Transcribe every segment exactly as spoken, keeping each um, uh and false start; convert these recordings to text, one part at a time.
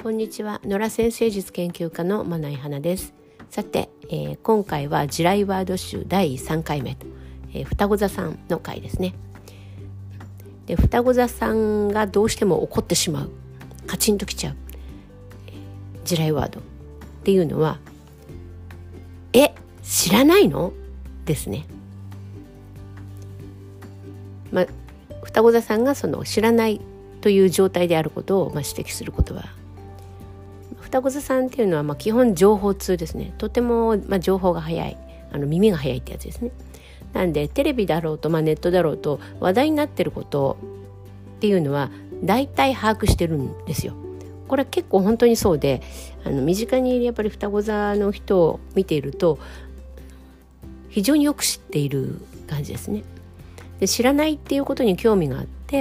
こんにちは。野良先生術研究家のまないはなです。さて、えー、今回は地雷ワード集だいさんかいめと、えー、双子座さんの回ですね。で、双子座さんがどうしても怒ってしまう、カチンときちゃう、えー、地雷ワードっていうのは、え、知らないのですね。まあ、双子座さんがその知らないという状態であることをまあ指摘することは、双子座さんっていうのはまあ基本情報通ですね。とてもまあ情報が早い、あの耳が早いってやつですね。なんでテレビだろうと、まあ、ネットだろうと話題になってることっていうのは大体把握してるんですよ。これ結構本当にそうで、あの身近にやっぱり双子座の人を見ていると非常によく知っている感じですね。で、知らないっていうことに興味があって、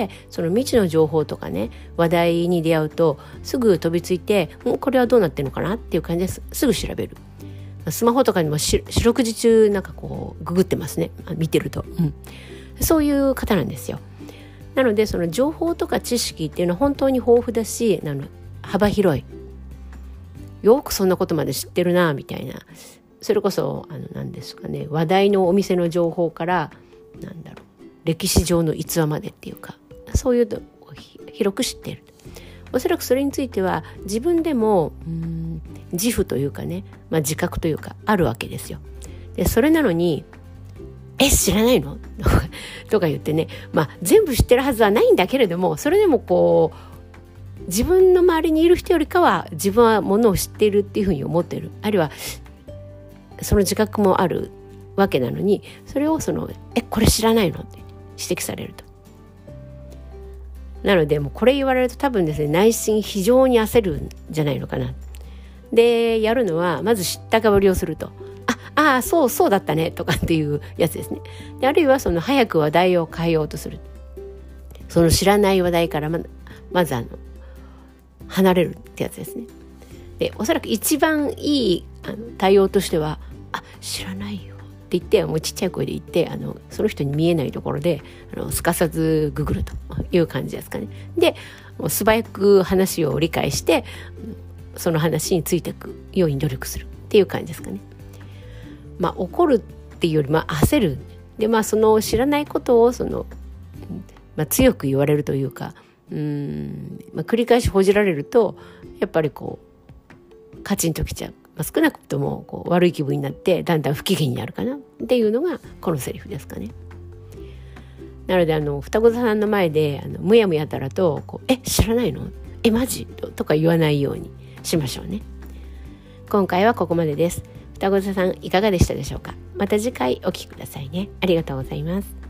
その未知の情報とかね、話題に出会うとすぐ飛びついて、んこれはどうなってるのかなっていう感じですすぐ調べる。スマホとかにもし四六時中なんかこうググってますね、見てると、うん、そういう方なんですよ。なのでその情報とか知識っていうのは本当に豊富だし、あの幅広い、よくそんなことまで知ってるなみたいな。それこそあの何ですかね、話題のお店の情報からなんだろう、歴史上の逸話までっていうか、そういうのを広く知っている。おそらくそれについては自分でもうーん自負というかね、まあ、自覚というかあるわけですよ。で、それなのにえ知らないのとか言ってね、まあ全部知ってるはずはないんだけれども、それでもこう自分の周りにいる人よりかは自分はものを知っているっていうふうに思っている、あるいはその自覚もあるわけなのに、それをそのえこれ知らないのって指摘されると。なのでもうこれ言われると多分ですね、内心非常に焦るんじゃないのかな。で、やるのはまず知ったかぶりをすると、ああそうそうだったねとかっていうやつですね。で、あるいはその早く話題を変えようとする。その知らない話題からままずあの離れるってやつですね。で、おそらく一番いいあの対応としては、あ知らないよって言って、もうちっちゃい声で言って、あのその人に見えないところであのすかさずググるという感じですかね。で、もう素早く話を理解してその話についていくように努力するっていう感じですかね。まあ怒るっていうよりまあ焦る。で、まあその知らないことをその、まあ、強く言われるというか、うーん、まあ、繰り返し報じられるとやっぱりこうカチンときちゃう。まあ、少なくともこう悪い気分になってだんだん不機嫌になるかなっていうのがこのセリフですかね。なのであの双子座さんの前であのむやむやたらとこうえ知らないのえマジとか言わないようにしましょうね。今回はここまでです。双子座さんいかがでしたでしょうか。また次回お聞きくださいね。ありがとうございます。